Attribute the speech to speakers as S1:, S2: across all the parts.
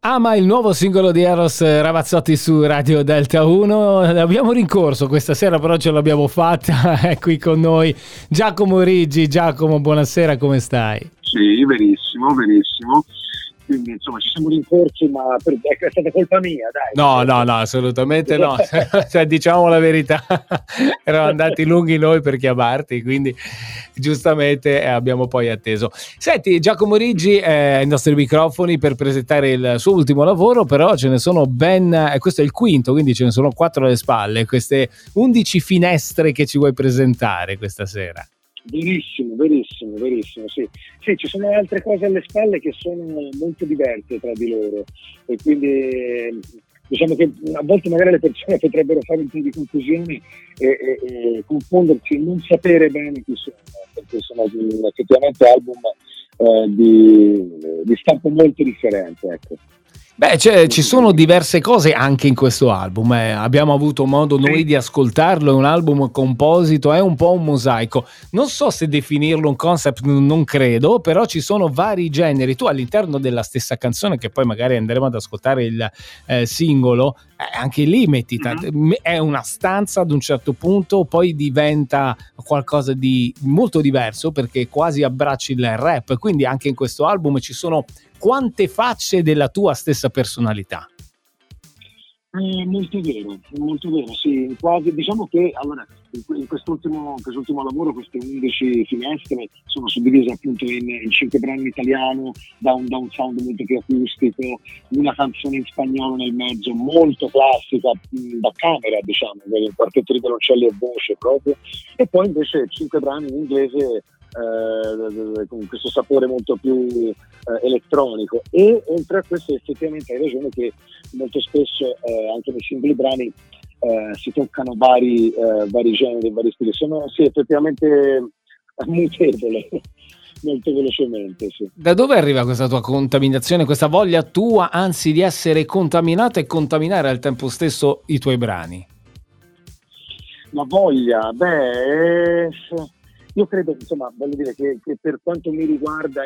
S1: Ama, il nuovo singolo di Eros Ramazzotti su Radio Delta 1. Abbiamo rincorso questa sera, però ce l'abbiamo fatta. È qui con noi Giacomo Riggi. Giacomo, buonasera, come stai?
S2: Sì, verissimo. Quindi insomma ci siamo rincorsi, ma è stata colpa mia, dai.
S1: No, assolutamente no. Cioè, diciamo la verità, erano andati lunghi noi per chiamarti, quindi giustamente abbiamo poi atteso. Senti, Giacomo Riggi è ai nostri microfoni per presentare il suo ultimo lavoro, però ce ne sono questo è il quinto, quindi ce ne sono 4 alle spalle, queste 11 finestre che ci vuoi presentare questa sera.
S2: Verissimo, sì. Sì, ci sono altre cose alle spalle che sono molto diverse tra di loro e quindi diciamo che a volte magari le persone potrebbero fare un po' di confusione e confonderci e non sapere bene chi sono, perché sono effettivamente album di stampo molto differente, ecco.
S1: Beh, ci sono diverse cose anche in questo album, abbiamo avuto modo noi di ascoltarlo, è un album composito, è un po' un mosaico, non so se definirlo un concept, non credo, però ci sono vari generi, tu all'interno della stessa canzone, che poi magari andremo ad ascoltare il singolo, anche lì metti è una stanza ad un certo punto, poi diventa qualcosa di molto diverso perché quasi abbracci il rap, quindi anche in questo album ci sono quante facce della tua stessa personalità.
S2: Molto vero, sì. Quasi, diciamo che allora in quest'ultimo lavoro, queste 11 finestre sono suddivise appunto in 5 brani in italiano, da un sound molto più acustico, una canzone in spagnolo nel mezzo, molto classica, da camera, diciamo, il quartetto di violoncelli e voce proprio, e poi invece 5 brani in inglese con questo sapore molto più elettronico. E oltre a questo effettivamente hai ragione che molto spesso anche nei singoli brani si toccano vari generi, vari stili, sono sì effettivamente mutevole molto velocemente, sì.
S1: Da dove arriva questa tua contaminazione, questa voglia tua anzi di essere contaminato e contaminare al tempo stesso i tuoi brani?
S2: La voglia, io credo, insomma, voglio dire che per quanto mi riguarda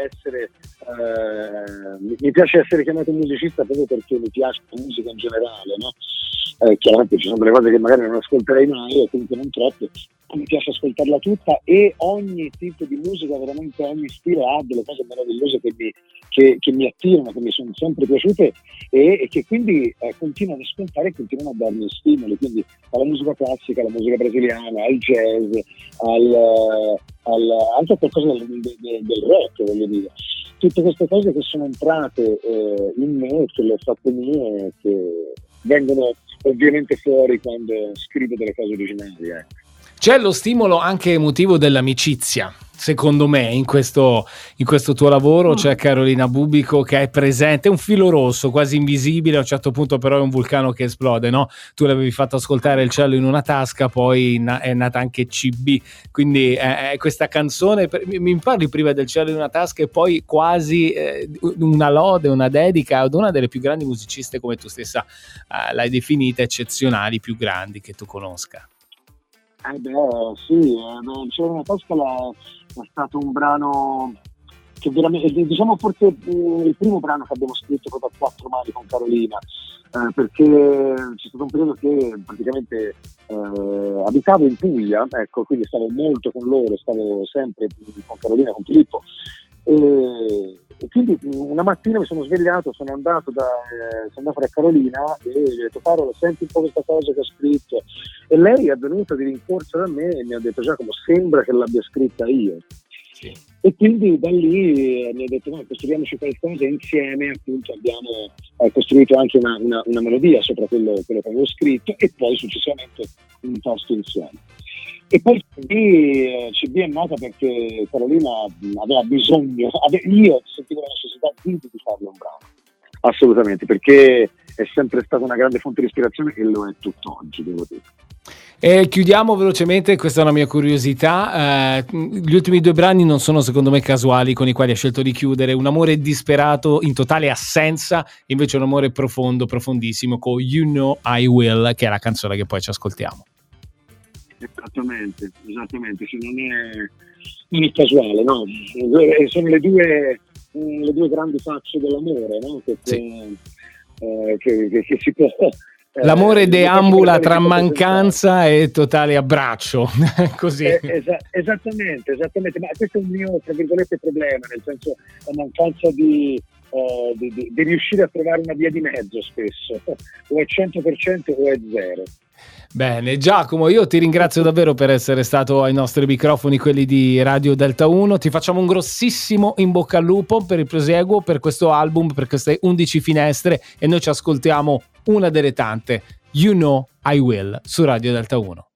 S2: mi piace essere chiamato musicista proprio perché mi piace la musica in generale, no? Chiaramente ci sono delle cose che magari non ascolterei mai, o comunque non troppe, mi piace ascoltarla tutta, e ogni tipo di musica, veramente ogni stile ha delle cose meravigliose che mi attirano, che mi sono sempre piaciute e che quindi continuano ad ascoltare e continuano a darmi stimoli, quindi dalla musica classica, alla musica brasiliana, al jazz, anche a qualcosa del rock, voglio dire. Tutte queste cose che sono entrate in me, che le ho fatte mie, che vengono ovviamente fuori quando scrivo delle cose originali, ecco.
S1: C'è lo stimolo anche emotivo dell'amicizia, secondo me, in questo tuo lavoro. C'è Carolina Bubico che è presente, un filo rosso quasi invisibile, a un certo punto però è un vulcano che esplode, no? Tu l'avevi fatto ascoltare Il cielo in una tasca, poi è nata anche CB, quindi questa canzone, mi parli prima del cielo in una tasca e poi quasi una lode, una dedica ad una delle più grandi musiciste, come tu stessa l'hai definita, eccezionali, più grandi che tu conosca.
S2: Sì, c'era una tasca, è stato un brano che veramente, diciamo forse il primo brano che abbiamo scritto proprio a 4 mani con Carolina, perché c'è stato un periodo che praticamente abitavo in Puglia, ecco, quindi stavo molto con loro, stavo sempre con Carolina, con Filippo, e quindi una mattina mi sono svegliato, sono andato da Carolina e gli ho detto: Carola, senti un po' questa cosa che ho scritto, e lei è venuta di rincorsa da me e mi ha detto: Giacomo, sembra che l'abbia scritta io. Sì. E quindi da lì mi ha detto: no, costruiamoci qualcosa insieme. Appunto abbiamo costruito anche una melodia sopra quello che avevo scritto, e poi successivamente un testo insieme. E poi CB è nata perché Carolina aveva bisogno, io sentivo la necessità di farle un brano, assolutamente, perché è sempre stata una grande fonte di ispirazione e lo è tutt'oggi, devo dire.
S1: E chiudiamo velocemente, questa è una mia curiosità, gli ultimi 2 brani non sono secondo me casuali, con i quali ha scelto di chiudere: Un amore disperato in totale assenza, invece un amore profondo, profondissimo, con You Know I Will, che è la canzone che poi ci ascoltiamo.
S2: Esattamente, sì, non è casuale, no? Sono le due le due grandi facce dell'amore, no? Che si può...
S1: L'amore deambula tra mancanza e totale abbraccio, così.
S2: Esattamente, ma questo è un mio, tra virgolette, problema, nel senso la mancanza di riuscire a trovare una via di mezzo spesso, o è 100% o è 0.
S1: Bene, Giacomo, io ti ringrazio davvero per essere stato ai nostri microfoni, quelli di Radio Delta 1. Ti facciamo un grossissimo in bocca al lupo per il proseguo, per questo album, per queste 11 finestre, e noi ci ascoltiamo una delle tante, You Know I Will, su Radio Delta 1.